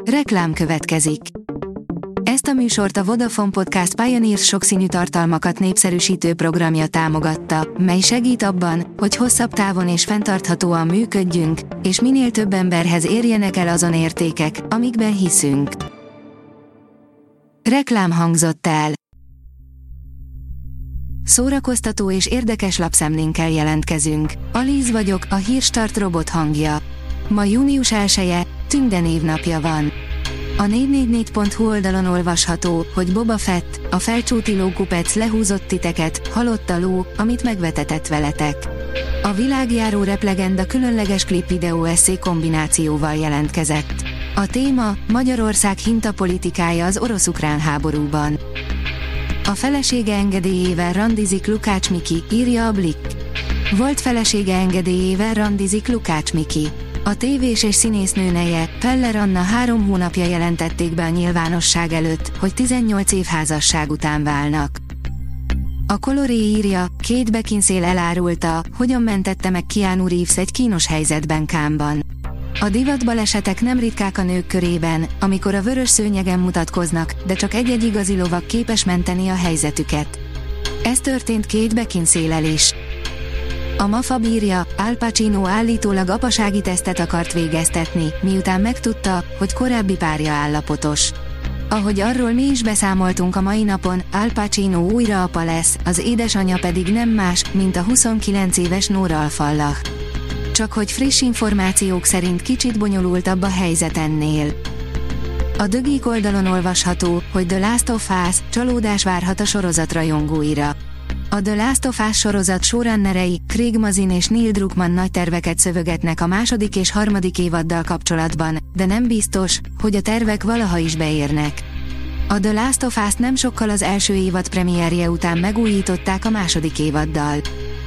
Reklám következik. Ezt a műsort a Vodafone Podcast Pioneers sokszínű tartalmakat népszerűsítő programja támogatta, mely segít abban, hogy hosszabb távon és fenntarthatóan működjünk, és minél több emberhez érjenek el azon értékek, amikben hiszünk. Reklám hangzott el. Szórakoztató és érdekes lapszemlénkkel jelentkezünk. Alíz vagyok, a Hírstart robot hangja. Ma június 1-e, Tünde névnapja van. A 444.hu oldalon olvasható, hogy Boba Fett, a felcsúti lókupec lehúzott titeket, halott a ló, amit megvetetett veletek. A világjáró replegenda különleges klipvideó esszé kombinációval jelentkezett. A téma, Magyarország hintapolitikája az orosz-ukrán háborúban. A felesége engedélyével randizik Lukács Miki, írja a Blick. Volt felesége engedélyével randizik Lukács Miki. A tévés és színésznő neje, Peller Anna 3 hónapja jelentették be a nyilvánosság előtt, hogy 18 év házasság után válnak. A Coloré írja, Kate Beckinsale elárulta, hogyan mentette meg Keanu Reeves egy kínos helyzetben Cannes-ban. A divatbalesetek nem ritkák a nők körében, amikor a vörös szőnyegen mutatkoznak, de csak egy-egy igazi lovag képes menteni a helyzetüket. Ez történt Kate Beckinsale-el is. A Mafab írja, Al Pacino állítólag apasági tesztet akart végeztetni, miután megtudta, hogy korábbi párja állapotos. Ahogy arról mi is beszámoltunk a mai napon, Al Pacino újra apa lesz, az édesanyja pedig nem más, mint a 29 éves Nora Al-Fallah. Csak hogy friss információk szerint kicsit bonyolultabb a helyzet ennél. A The Geek oldalon olvasható, hogy The Last of Us, csalódás várhat a sorozat rajongóira. A The Last of Us sorozat showrunnerei, Craig Mazin és Neil Druckmann nagy terveket szövögetnek a 2. és 3. évaddal kapcsolatban, de nem biztos, hogy a tervek valaha is beérnek. A The Last of Us nem sokkal az első évad premierje után megújították a 2. évaddal.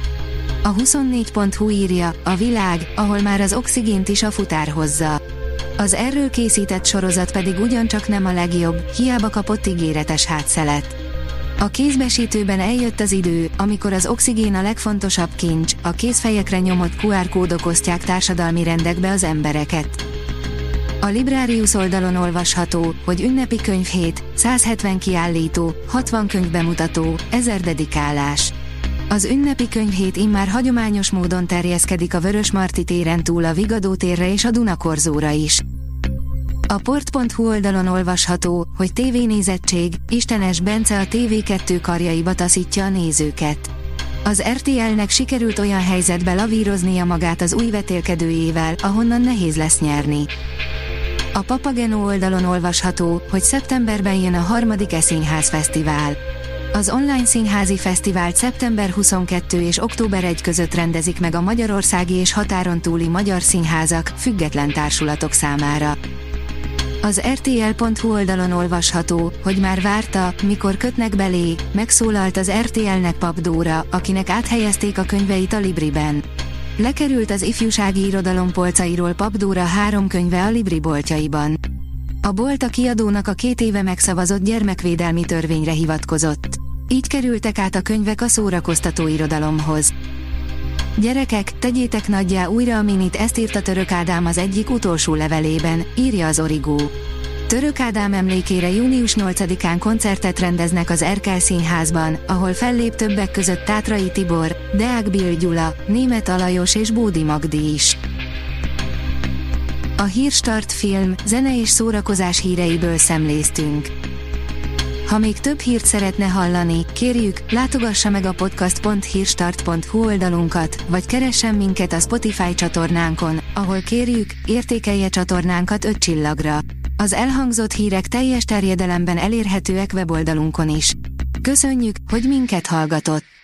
A 24.hu írja, a világ, ahol már az oxigént is a futár hozza. Az erről készített sorozat pedig ugyancsak nem a legjobb, hiába kapott ígéretes hátszelet. A kézbesítőben eljött az idő, amikor az oxigén a legfontosabb kincs, a kézfejekre nyomott QR kódok osztják társadalmi rendekbe az embereket. A Librarius oldalon olvasható, hogy ünnepi könyvhét, 170 kiállító, 60 könyvbemutató, 1000 dedikálás. Az ünnepi könyvhét immár hagyományos módon terjeszkedik a Vörösmarty téren túl a Vigadó térre és a Dunakorzóra is. A port.hu oldalon olvasható, hogy tévénézettség, Istenes Bence a TV2 karjaiba taszítja a nézőket. Az RTL-nek sikerült olyan helyzetbe lavíroznia magát az új vetélkedőjével, ahonnan nehéz lesz nyerni. A Papageno oldalon olvasható, hogy szeptemberben jön a 3. E-színház fesztivál. Az online színházi fesztivált szeptember 22 és október 1 között rendezik meg a magyarországi és határon túli magyar színházak, független társulatok számára. Az RTL.hu oldalon olvasható, hogy már várta, mikor kötnek belé, megszólalt az RTL-nek Pap Dóra, akinek áthelyezték a könyveit a Libriben. Lekerült az ifjúsági irodalom polcairól Pap Dóra 3 könyve a Libri boltjaiban. A bolt a kiadónak a 2 éve megszavazott gyermekvédelmi törvényre hivatkozott. Így kerültek át a könyvek a szórakoztató irodalomhoz. Gyerekek, tegyétek nagyjá újra a minit, ezt írta Török Ádám az egyik utolsó levelében, írja az Origo. Török Ádám emlékére június 8-án koncertet rendeznek az Erkel Színházban, ahol fellép többek között Tátrai Tibor, Deák Bill Gyula, Németh Alajos és Bódi Magdi is. A Hírstart film, zene és szórakozás híreiből szemléztünk. Ha még több hírt szeretne hallani, kérjük, látogassa meg a podcast.hírstart.hu oldalunkat, vagy keressen minket a Spotify csatornánkon, ahol kérjük, értékelje csatornánkat 5 csillagra. Az elhangzott hírek teljes terjedelemben elérhetőek weboldalunkon is. Köszönjük, hogy minket hallgatott!